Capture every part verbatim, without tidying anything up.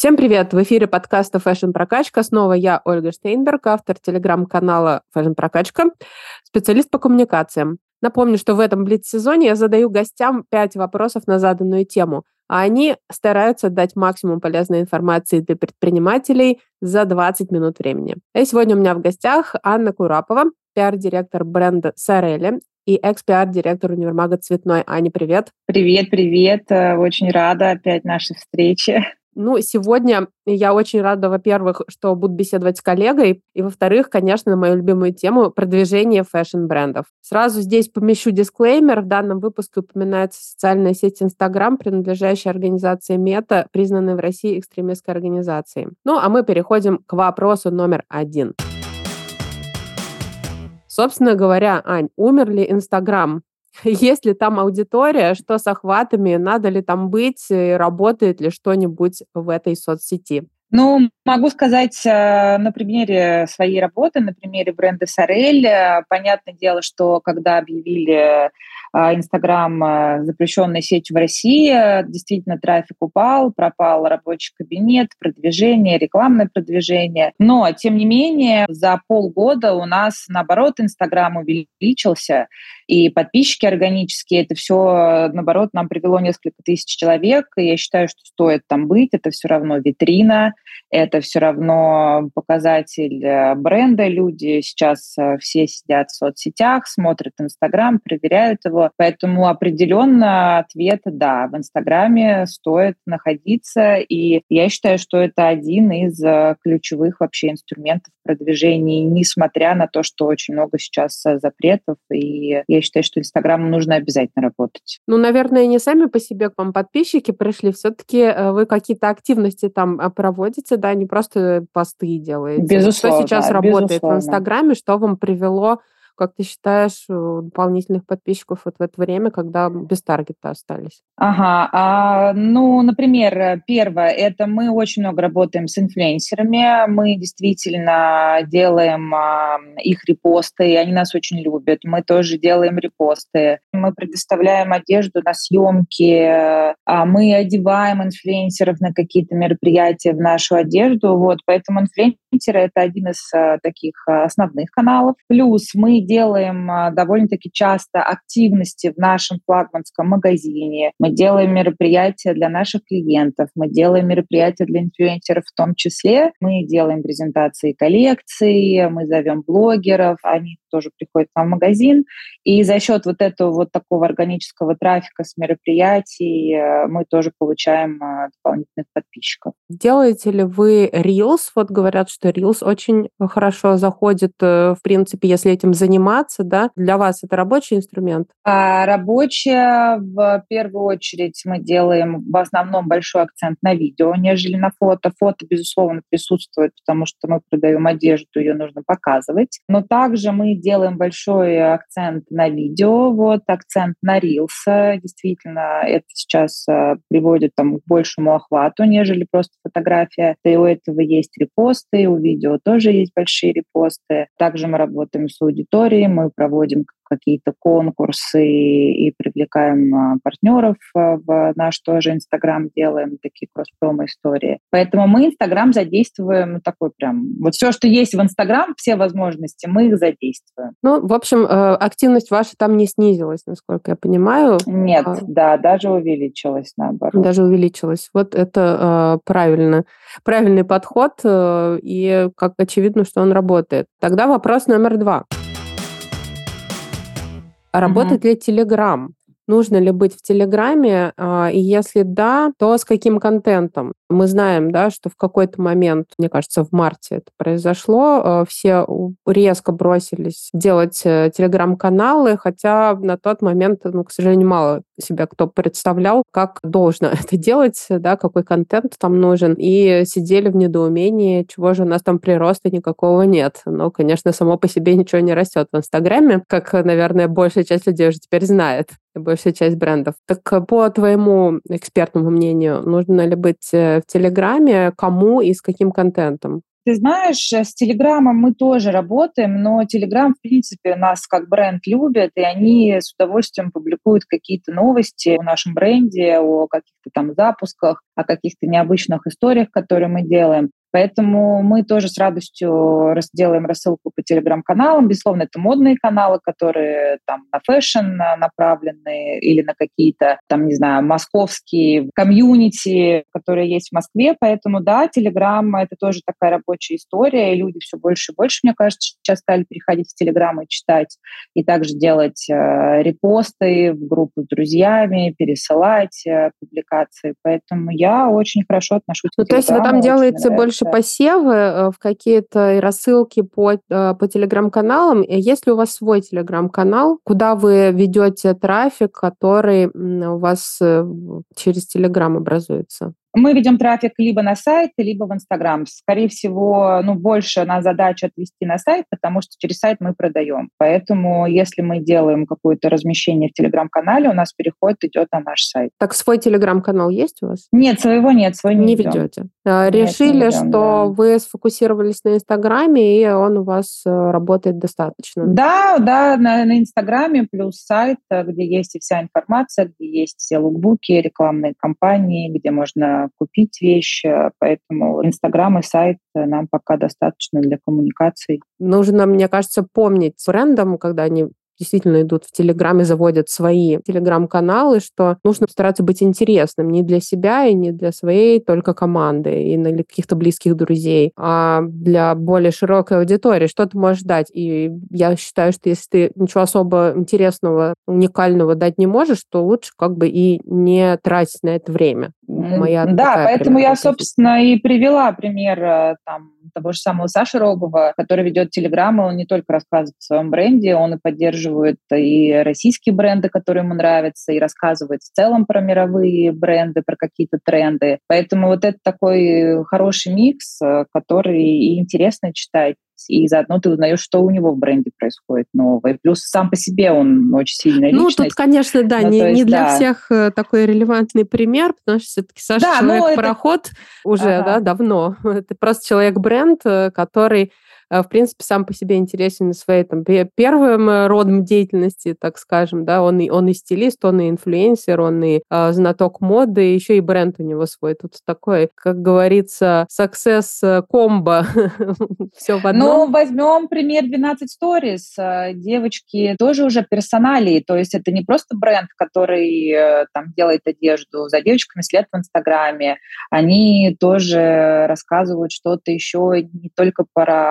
Всем привет! В эфире подкаста Fashion Прокачка. Снова я, Ольга Штейнберг, автор телеграм-канала Fashion Прокачка, специалист по коммуникациям. Напомню, что в этом блиц-сезоне я задаю гостям пять вопросов на заданную тему, а они стараются дать максимум полезной информации для предпринимателей за двадцать минут времени. И сегодня у меня в гостях Анна Курапова, пиар-директор бренда Сорели и экс-пиар-директор универмага «Цветной». Аня, привет! Привет, привет! Очень рада опять нашей встрече. Ну, сегодня я очень рада, во-первых, что буду беседовать с коллегой, и, во-вторых, конечно, на мою любимую тему продвижение фэшн-брендов. Сразу здесь помещу дисклеймер. В данном выпуске упоминается социальная сеть Instagram, принадлежащая организации Мета, признанной в России экстремистской организацией. Ну, а мы переходим к вопросу номер один. Собственно говоря, Ань, умер ли Инстаграм? Есть ли там аудитория, что с охватами, надо ли там быть, работает ли что-нибудь в этой соцсети? Ну, могу сказать на примере своей работы, на примере бренда Сорель. Понятное дело, что когда объявили Инстаграм запрещенной сетью в России, действительно трафик упал, пропал рабочий кабинет, продвижение, рекламное продвижение. Но, тем не менее, за полгода у нас, наоборот, Инстаграм увеличился, и подписчики органические, это все, наоборот, нам привело несколько тысяч человек, и я считаю, что стоит там быть, это все равно витрина, это все равно показатель бренда. Люди сейчас все сидят в соцсетях, смотрят Инстаграм, проверяют его. Поэтому определенно ответ «да». В Инстаграме стоит находиться. И я считаю, что это один из ключевых вообще инструментов продвижения, несмотря на то, что очень много сейчас запретов. И я считаю, что Инстаграму нужно обязательно работать. Ну, наверное, не сами по себе к вам подписчики пришли. Все-таки вы какие-то активности там проводите, да, не просто посты делаете. Безусловно, что сейчас работает безусловно. в Инстаграме, что вам привело, как ты считаешь, дополнительных подписчиков вот в это время, когда без таргета остались? Ага, а, ну, например, первое, это мы очень много работаем с инфлюенсерами, мы действительно делаем а, их репосты, и они нас очень любят, мы тоже делаем репосты, мы предоставляем одежду на съемки, а мы одеваем инфлюенсеров на какие-то мероприятия в нашу одежду, вот, поэтому инфлюенсеры — это один из а, таких а, основных каналов. Плюс мы делаем а, довольно-таки часто активности в нашем флагманском магазине, мы делаем мероприятия для наших клиентов, мы делаем мероприятия для инфлюенсеров в том числе, мы делаем презентации коллекций, мы зовем блогеров, они тоже приходят к нам в магазин, и за счет вот этого вот такого органического трафика с мероприятий мы тоже получаем дополнительных подписчиков. Делаете ли вы Reels? Вот говорят, что Reels очень хорошо заходит, в принципе, если этим заниматься, да? Для вас это рабочий инструмент? А рабочая, в первую очередь, мы делаем в основном большой акцент на видео, нежели на фото. Фото, безусловно, присутствует, потому что мы продаем одежду, ее нужно показывать. Но также мы делаем большой акцент на видео, вот, акцент на Reels. Действительно, это сейчас приводит там, к большему охвату, нежели просто фотография. И у этого есть репосты, у видео тоже есть большие репосты. Также мы работаем с аудиторией, мы проводим какие-то конкурсы и привлекаем партнеров в наш тоже Инстаграм, делаем такие кросс-промо-истории. Поэтому мы Инстаграм задействуем такой прям... Вот все, что есть в Инстаграм, все возможности, мы их задействуем. Ну, в общем, активность ваша там не снизилась, насколько я понимаю. Нет, а... да, даже увеличилась, наоборот. Даже увеличилась. Вот это э, правильно. Правильный подход, э, и как очевидно, что он работает. Тогда вопрос номер два. Работает ли Телеграм? Нужно ли быть в Телеграме? И если да, то с каким контентом? Мы знаем, да, что в какой-то момент, мне кажется, в марте это произошло, все резко бросились делать телеграм-каналы, хотя на тот момент, ну, к сожалению, мало себя кто представлял, как должно это делать, да, какой контент там нужен, и сидели в недоумении, чего же у нас там прироста никакого нет. Но, конечно, само по себе ничего не растет в Инстаграме, как, наверное, большая часть людей уже теперь знает, большая часть брендов. Так по твоему экспертному мнению, нужно ли быть в Телеграме, кому и с каким контентом? Ты знаешь, э, с "Телеграмом" мы тоже работаем, но "Телеграм", в принципе, нас как бренд любят, и они с удовольствием публикуют какие-то новости о нашем бренде, о каких-то там запусках, о каких-то необычных историях, которые мы делаем. Поэтому мы тоже с радостью рас делаем рассылку по "Телеграм"-каналам. Безусловно, это модные каналы, которые там на фэшн на направлены или на какие-то там, не знаю, московские комьюнити, которые есть в Москве. Поэтому да, "Телеграм"- это тоже такая рабочая история, и люди все больше и больше, мне кажется, сейчас стали переходить в "Телеграм" и читать, и также делать, э, репосты в группу с друзьями, пересылать, э, публикации. Поэтому я очень хорошо отношусь Ну, к то есть вы там "Телеграму", очень мне делаете больше нравится. посевы, э, в какие-то рассылки по, э, по "Телеграм"-каналам. И есть ли у вас свой "Телеграм"-канал, куда вы ведете трафик, который, м, у вас, э, в через "Телеграм" образуется? Мы ведем трафик либо на сайт, либо в "Инстаграм". Скорее всего, ну, больше на задача отвести на сайт, потому что через сайт мы продаем. Поэтому если мы делаем какое-то размещение в "Телеграм"-канале, у нас переход идет на наш сайт. Так свой "Телеграм"-канал есть у вас? Нет, своего нет, свой не Не ведем. ведете. А, Нет, не решили, ведем, да. что вы сфокусировались на "Инстаграме", и он у вас, э, работает достаточно. Да, да, на на "Инстаграме" плюс сайт, э, где есть и вся информация, где есть все лукбуки, рекламные кампании, где можно купить вещи. Поэтому "Инстаграм" и сайт, э, нам пока достаточно для коммуникаций. Нужно, мне кажется, помнить брендам, когда они действительно идут в "Телеграм" и заводят свои "Телеграм"-каналы, что нужно стараться быть интересным не для себя и не для своей только команды и или каких-то близких друзей, а для более широкой аудитории. Что ты можешь дать? И я считаю, что если ты ничего особо интересного, уникального дать не можешь, то лучше как бы и не тратить на это время. М, М, моя да, такая поэтому я, примерно позиция. собственно, и привела пример, э, там, того же самого Саши Рогова, который ведет "Телеграм", и он не только рассказывает о своем бренде, он и поддерживает и российские бренды, которые ему нравятся, и рассказывает в целом про мировые бренды, про какие-то тренды. Поэтому вот это такой хороший микс, э, который и интересно читать, и заодно ты узнаешь, что у него в бренде происходит нового. И плюс сам по себе он очень сильная Ну, тут, личность. конечно, да, Ну, не то не есть, для да. всех, э, такой релевантный пример, потому что всё-таки Саша Да, но это человек-пароход уже, да, Ага. давно. Это просто человек-бренд, э, который, э, в принципе, сам по себе интересен своей там пе первым э, родом деятельности, так скажем, да. Он и он и стилист, он и инфлюенсер, он и, а, знаток моды, еще и бренд у него свой. Тут такой, как говорится, success комбо, все в Ну, одном. возьмем пример двенадцать Stories. Э, Девочки тоже уже персоналии, то есть это не просто бренд, который э, там делает одежду. За девочками след в Инстаграме. Они тоже рассказывают что-то еще не только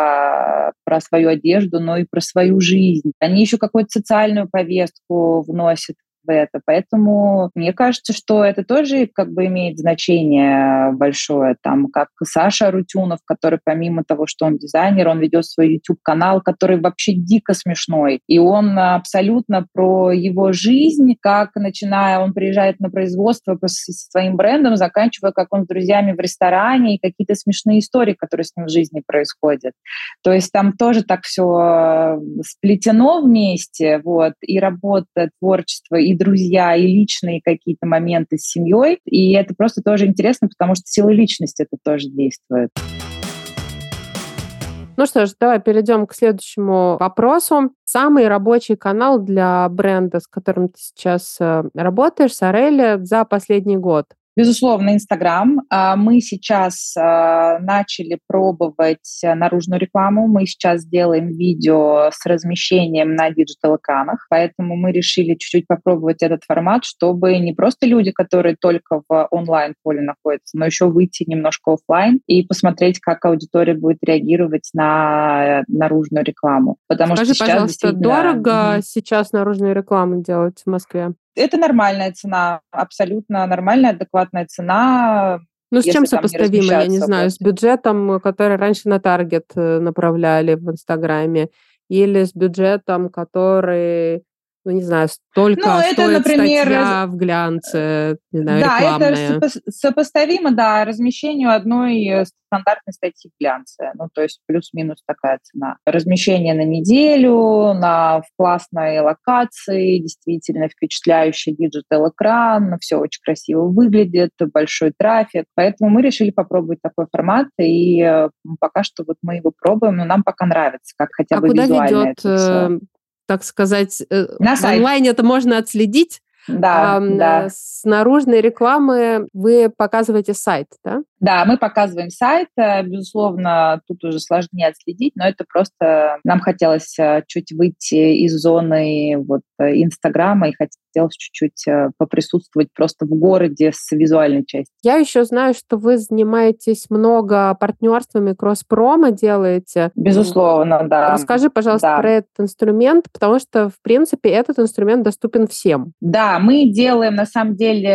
про, про свою одежду, но и про свою жизнь. Они еще какую-то социальную повестку вносят в это. Поэтому мне кажется, что это тоже как бы имеет значение большое. Там, как Саша Рутюнов, который помимо того, что он дизайнер, он ведет свой YouTube-канал, который вообще дико смешной. И он абсолютно про его жизнь, как начиная, он приезжает на производство со своим брендом, заканчивая, как он с друзьями в ресторане, и какие-то смешные истории, которые с ним в жизни происходят. То есть там тоже так все сплетено вместе, вот, и работа, творчество, и друзья, и личные какие-то моменты с семьей. И это просто тоже интересно, потому что сила личности это тоже действует. Ну что ж, давай перейдем к следующему вопросу. Самый рабочий канал для бренда, с которым ты сейчас э, работаешь, Сорелли, за последний год. Безусловно, Инстаграм. А, Мы сейчас а, начали пробовать а, наружную рекламу. Мы сейчас делаем видео с размещением на диджитал-экранах, поэтому мы решили чуть-чуть попробовать этот формат, чтобы не просто люди, которые только в онлайн-поле находятся, но еще выйти немножко оффлайн и посмотреть, как аудитория будет реагировать на э, наружную рекламу. Потому что Скажи, сейчас пожалуйста, действительно... дорого Мгм. сейчас наружную рекламу делать в Москве? Это нормальная цена, абсолютно нормальная, адекватная цена, Ну, с чем если там не сопоставимо, я не размещаться в знаю, с бюджетом, э, который раньше на таргет э, направляли в "Инстаграме", или с бюджетом, который Ну, не знаю, Ну, столько это, стоит например, раз- статья в глянце, не знаю, да, это рекламная. сопо- сопоставимо, да, размещению одной э, стандартной статьи в глянце. Ну, то есть плюс-минус такая цена. Размещение на неделю, на, в классной локации, действительно впечатляющий диджитал-экран, все очень красиво выглядит, большой трафик. Поэтому мы решили попробовать такой формат, и э, пока что вот мы его пробуем, но нам пока нравится, как хотя А бы куда визуально ведет, это все. э, так сказать, э, На в сайт. онлайне это можно отследить, а Да, м, э, да. с наружной рекламы вы показываете сайт, да? Да, мы показываем сайт, э, безусловно, тут уже сложнее отследить, но это просто нам хотелось э, чуть выйти из зоны вот э, Инстаграма и хотелось чуть-чуть э, поприсутствовать просто в городе с визуальной частью. Я еще знаю, что вы занимаетесь много партнерствами, кросс-промо делаете. Безусловно, да, Расскажи, пожалуйста, да. про этот инструмент, потому что, в принципе, этот инструмент доступен всем. Да, мы делаем, на самом деле,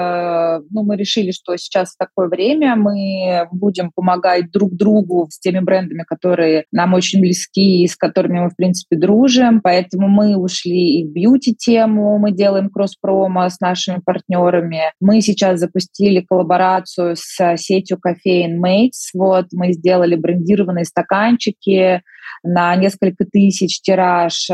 э, ну, мы решили, что сейчас такое время, мы будем помогать друг другу с теми брендами, которые нам очень близки и с которыми мы, в принципе, дружим, поэтому мы ушли и в бьюти-тему, мы делаем кросс-промо с нашими партнерами. Мы сейчас запустили коллаборацию с сетью кофеин Mates, вот, мы сделали брендированные стаканчики на несколько тысяч тираж,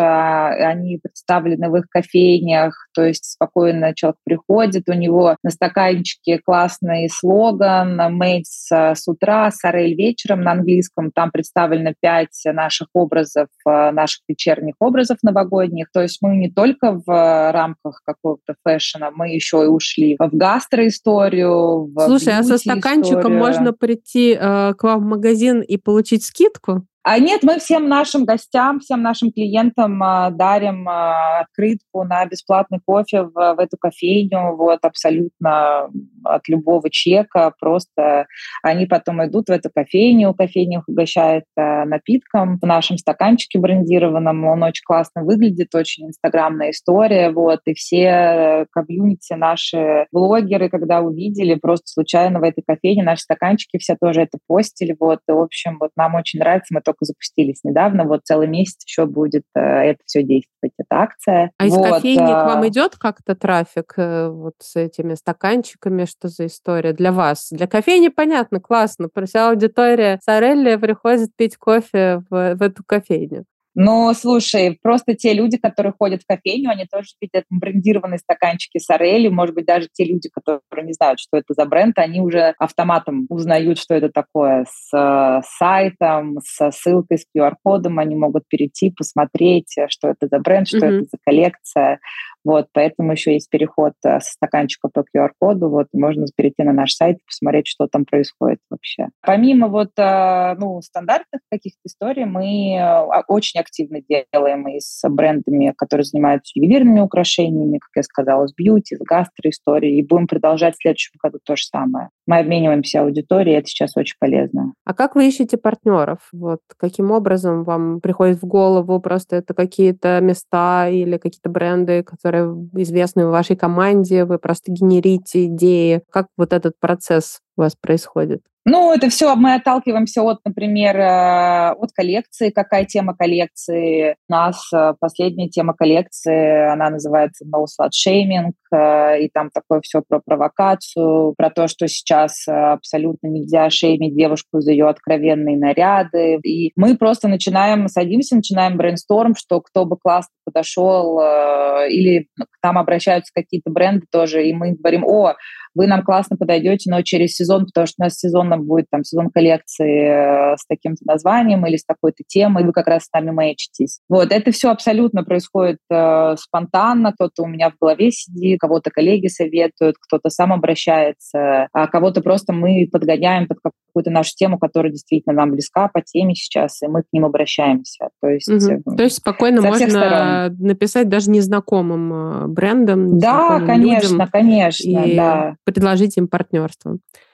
они представлены в их кофейнях, то есть спокойно человек приходит, у него на стаканчике классный слоган «Mates с утра, Сорель вечером» на английском, там представлено пять наших образов, наших вечерних образов новогодних, то есть мы не только в рамках какого-то фэшена, мы еще и ушли в гастроисторию, в Слушай, а со стаканчиком бьюти-историю. можно прийти э, к вам в магазин и получить скидку? А нет, мы всем нашим гостям, всем нашим клиентам э, дарим э, открытку на бесплатный кофе в, в эту кофейню, вот, абсолютно от любого чека, просто они потом идут в эту кофейню, кофейня их угощает э, напитком в нашем стаканчике брендированном, он очень классно выглядит, очень инстаграмная история, вот, и все комьюнити, наши блогеры, когда увидели, просто случайно в этой кофейне наши стаканчики все тоже это постили, вот, и, в общем, вот нам очень нравится, мы только запустились недавно, вот целый месяц еще будет э, это все действовать, эта акция. А из вот, кофейни к вам э, идет как-то трафик э, вот с этими стаканчиками? Что за история для вас? Для кофейни понятно, классно. Вся аудитория Сорелли приходит пить кофе в, в эту кофейню. Но, слушай, просто те люди, которые ходят в кофейню, они тоже видят брендированные стаканчики Сорели. Может быть, даже те люди, которые не знают, что это за бренд, они уже автоматом узнают, что это такое. С э, сайтом, со ссылкой, с ку ар-кодом они могут перейти, посмотреть, что это за бренд, что Мгм. это за коллекция. Вот, поэтому еще есть переход э, со стаканчика по ку ар-коду. Вот, можно перейти на наш сайт и посмотреть, что там происходит вообще. Помимо вот, э, ну, стандартных каких-то историй, мы э, очень активно делаем и с брендами, которые занимаются ювелирными украшениями, как я сказала, с бьюти, с гастроисторией, и будем продолжать в следующем году то же самое. Мы обмениваемся аудиторией, это сейчас очень полезно. А как вы ищете партнеров? Вот каким образом вам приходит в голову? Просто это какие-то места или какие-то бренды, которые известны в вашей команде? Вы просто генерите идеи? Как вот этот процесс у вас происходит? Ну, это все мы отталкиваемся от, например, э, от коллекции. Какая тема коллекции? У нас э, последняя тема коллекции, она называется No Slut Shaming, э, и там такое все про провокацию, про то, что сейчас э, абсолютно нельзя шеймить девушку за ее откровенные наряды. И мы просто начинаем, садимся, начинаем брейнсторм, что кто бы классно подошел, э, или к нам обращаются какие-то бренды тоже, и мы говорим: о, вы нам классно подойдете, но через сезон, потому что у нас сезонно будет там сезон коллекции э, с таким-то названием или с такой-то темой, и вы как раз с нами мэчитесь. Вот, это все абсолютно происходит э, спонтанно, кто-то у меня в голове сидит, кого-то коллеги советуют, кто-то сам обращается, а кого-то просто мы подгоняем под какую-то нашу тему, которая действительно нам близка по теме сейчас, и мы к ним обращаемся. То есть, Мгм. э, То есть спокойно со всех сторон. можно написать даже незнакомым э, брендам, Да, незнакомым людям конечно, конечно, и да, предложить им партнерство.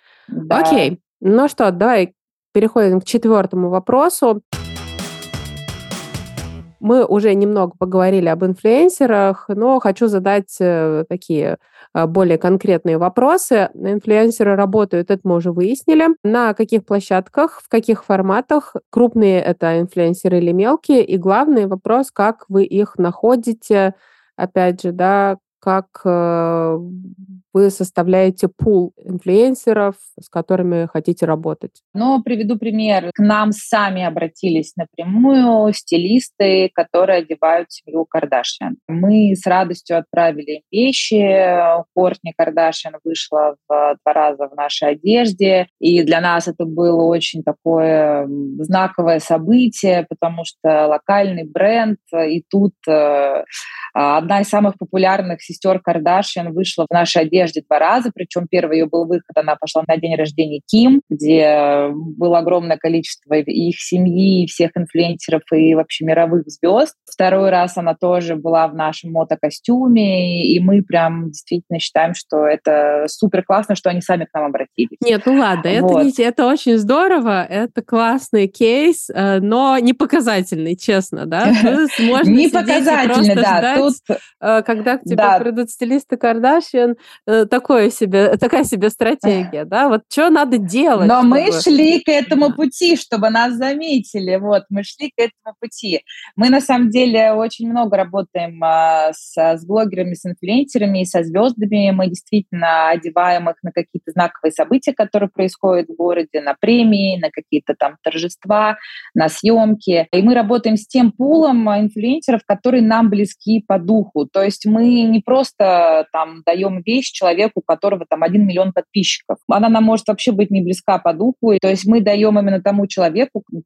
да. Окей. Ну что, давай переходим к четвертому вопросу. Мы уже немного поговорили об инфлюенсерах, но хочу задать э, такие э, более конкретные вопросы. Инфлюенсеры работают, это мы уже выяснили. На каких площадках, в каких форматах? Крупные это инфлюенсеры или мелкие? И главный вопрос, как вы их находите, опять же, да, как э, вы составляете пул инфлюенсеров, с которыми хотите работать? Но приведу пример. К нам сами обратились напрямую стилисты, которые одевают семью Кардашьян. Мы с радостью отправили им вещи. Кортни Кардашьян вышла в два раза в нашей одежде. И для нас это было очень такое знаковое событие, потому что локальный бренд. И тут э, одна из самых популярных сестер Кардашьян вышла в нашей одежде два раза. Причем первый ее был выход, она пошла на день рождения Ким, где было огромное количество их семьи, всех инфлюенсеров и вообще мировых звезд. Второй раз она тоже была в нашем мотокостюме, и мы прям действительно считаем, что это супер классно, что они сами к нам обратились. Нет, ну ладно, это, Вот. не, это очень здорово, это классный кейс, э, но не показательный, честно, да? То есть можно Не сидеть и показательно, просто да. ждать, Тут, э, когда к тебе да, придут стилисты Кардашьян, э, такое себе, такая себе стратегия, да? Вот что надо делать, но мы чтобы... шли к этому Да. пути, чтобы нас заметили. Вот, мы шли к этому пути. Мы, на самом деле, очень много работаем а, с, с блогерами, с инфлюенсерами, и со звездами. Мы действительно одеваем их на какие-то знаковые события, которые происходят в городе, на премии, на какие-то там торжества, на съемки. И мы работаем с тем пулом инфлюенсеров, которые нам близки по духу. То есть мы не просто там даем вещь человеку, у которого там один миллион подписчиков. Она нам может вообще быть не близка по духу. То есть мы даем именно тому человеку, у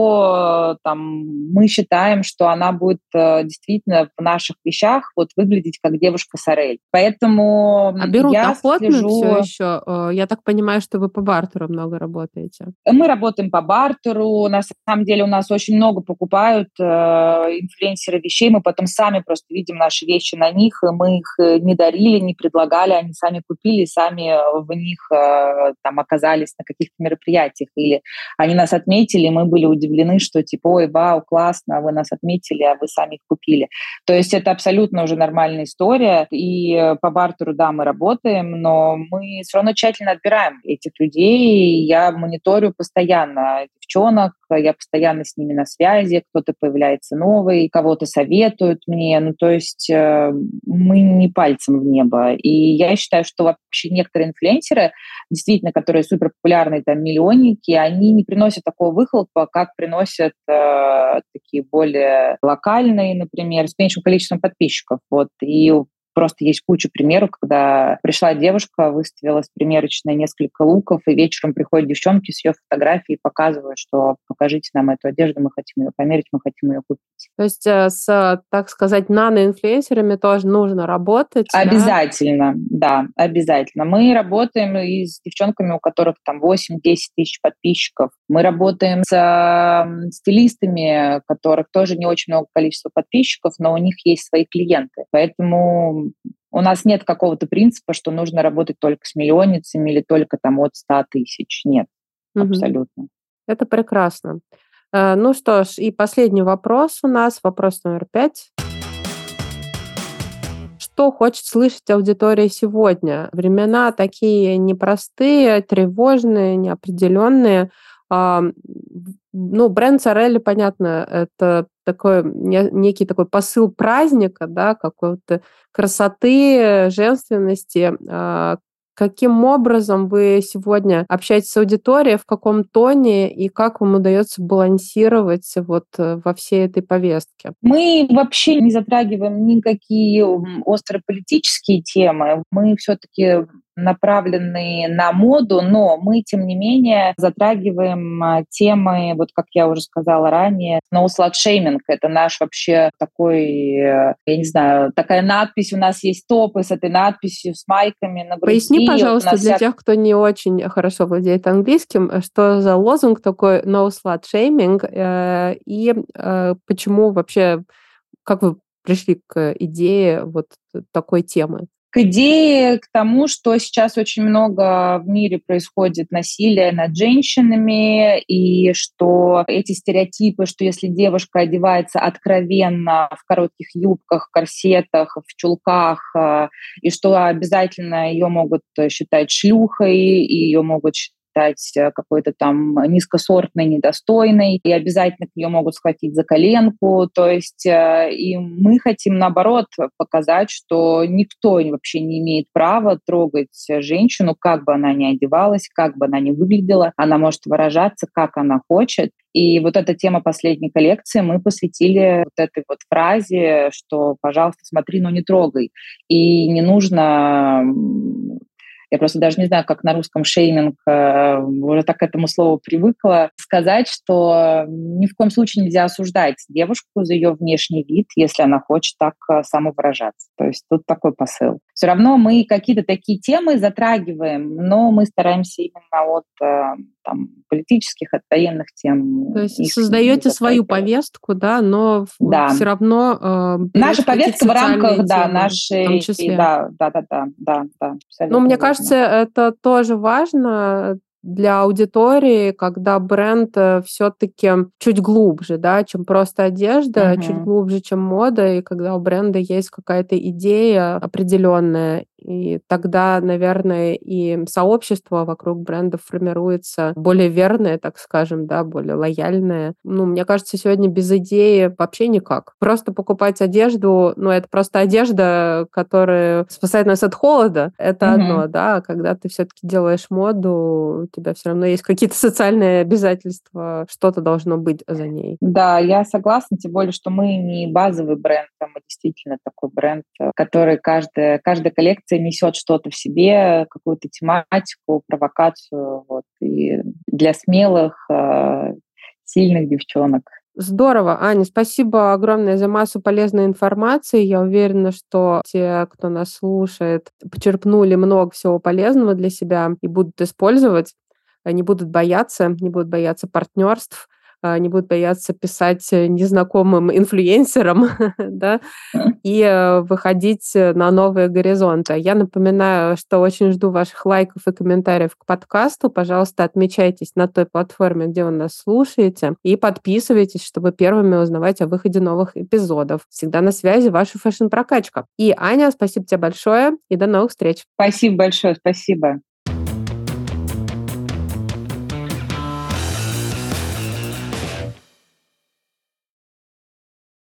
кого там, мы считаем, что она будет действительно в наших вещах вот выглядеть как девушка Сорель. Поэтому А берут я охотно все слежу... еще? Я так понимаю, что вы по бартеру много работаете. Мы работаем по бартеру. На самом деле у нас очень много покупают э, инфлюенсеры вещей. Мы потом сами просто видим наши вещи на них. И мы их не дарили, не предлагали. Они сами купили, сами в них э, там оказались на каких-то мероприятиях. Или они нас отметили, и мы были удивлены, что типа, ой, вау, классно, вы нас отметили, а вы сами их купили. То есть это абсолютно уже нормальная история. И по бартеру, да, мы работаем, но мы все равно тщательно отбираем этих людей. Я мониторю постоянно девчонок, я постоянно с ними на связи, кто-то появляется новый, кого-то советуют мне. Ну, то есть э, мы не пальцем в небо. И я считаю, что вообще некоторые инфлюенсеры, действительно, которые суперпопулярные, там, миллионники, они не приносят такого выхлопа, как приносят э, такие более локальные, например, с меньшим количеством подписчиков. Вот. И просто есть куча примеров, когда пришла девушка, выставила с примерочной несколько луков, и вечером приходят девчонки с ее фотографией и показывают, что покажите нам эту одежду, мы хотим ее померить, мы хотим ее купить. То есть с, так сказать, наноинфлюенсерами тоже нужно работать, да? Обязательно, да, обязательно. Мы работаем и с девчонками, у которых там восемь-десять тысяч подписчиков. Мы работаем с э, стилистами, у которых тоже не очень много количества подписчиков, но у них есть свои клиенты. Поэтому у нас нет какого-то принципа, что нужно работать только с миллионницами или только там от ста тысяч. Нет, Мгм. абсолютно. Это прекрасно. Э, Ну что ж, и последний вопрос у нас, вопрос номер пять. Что хочет слышать аудитория сегодня? Времена такие непростые, тревожные, неопределенные. А, м, Ну, бренд Сорелли, понятно, это такой не- некий такой посыл праздника, да, какой-то красоты, женственности. А, Каким образом вы сегодня общаетесь с аудиторией, в каком тоне и как вам удается балансировать вот э, во всей этой повестке? Мы вообще не затрагиваем никакие м, острополитические темы. Мы все-таки направлены на моду, но мы, тем не менее, затрагиваем а, темы, вот как я уже сказала ранее, no slut shaming. Это наш вообще такой, э, я не знаю, такая надпись. У нас есть топы с этой надписью, с майками на Поясни, груди. Вот у пожалуйста, нас для вся... тех, кто не очень хорошо владеет английским, э, что за лозунг такой no slut shaming э, и э, почему вообще, как вы пришли к идее вот такой темы? К идее, к тому, что сейчас очень много в мире происходит насилия над женщинами, и что эти стереотипы, что если девушка одевается откровенно в коротких юбках, корсетах, в чулках, э, и что обязательно ее могут считать шлюхой, и ее могут считать какой-то там низкосортной, недостойной, и обязательно ее могут схватить за коленку. То есть и мы хотим, наоборот, показать, что никто вообще не имеет права трогать женщину, как бы она ни одевалась, как бы она ни выглядела. Она может выражаться, как она хочет. И вот эта тема последней коллекции мы посвятили вот этой вот фразе, что, пожалуйста, смотри, но не трогай. И не нужно... Я просто даже не знаю, как на русском шейминг, уже так к этому слову привыкла, сказать, что ни в коем случае нельзя осуждать девушку за ее внешний вид, если она хочет так самовыражаться. То есть тут такой посыл. Все равно мы какие-то такие темы затрагиваем, но мы стараемся именно от там, политических, от военных тем. То есть создаете свою повестку, да, но да. все равно э, наша повестка в рамках, темы, да, нашей, в том числе. да, да, да, да, да, да. Но мне верно. Кажется, это тоже важно для аудитории, когда бренд все-таки чуть глубже, да, чем просто одежда, uh-huh. чуть глубже, чем мода, и когда у бренда есть какая-то идея определенная, и тогда, наверное, и сообщество вокруг бренда формируется более верное, так скажем, да, более лояльное. Ну, мне кажется, сегодня без идеи вообще никак. Просто покупать одежду, ну, это просто одежда, которая спасает нас от холода, это uh-huh. одно, да, а когда ты все-таки делаешь моду, у тебя все равно есть какие-то социальные обязательства, что-то должно быть за ней. Да, я согласна, тем более, что мы не базовый бренд, а мы действительно такой бренд, который каждая, каждая коллекция несет что-то в себе, какую-то тематику, провокацию, вот, и для смелых, сильных девчонок. Здорово, Аня, спасибо огромное за массу полезной информации. Я уверена, что те, кто нас слушает, почерпнули много всего полезного для себя и будут использовать, не будут бояться, не будут бояться партнерств, не будут бояться писать незнакомым инфлюенсерам, да, и выходить на новые горизонты. Я напоминаю, что очень жду ваших лайков и комментариев к подкасту. Пожалуйста, отмечайтесь на той платформе, где вы нас слушаете, и подписывайтесь, чтобы первыми узнавать о выходе новых эпизодов. Всегда на связи ваша фэшн-прокачка. И, Аня, спасибо тебе большое, и до новых встреч. Спасибо большое, спасибо.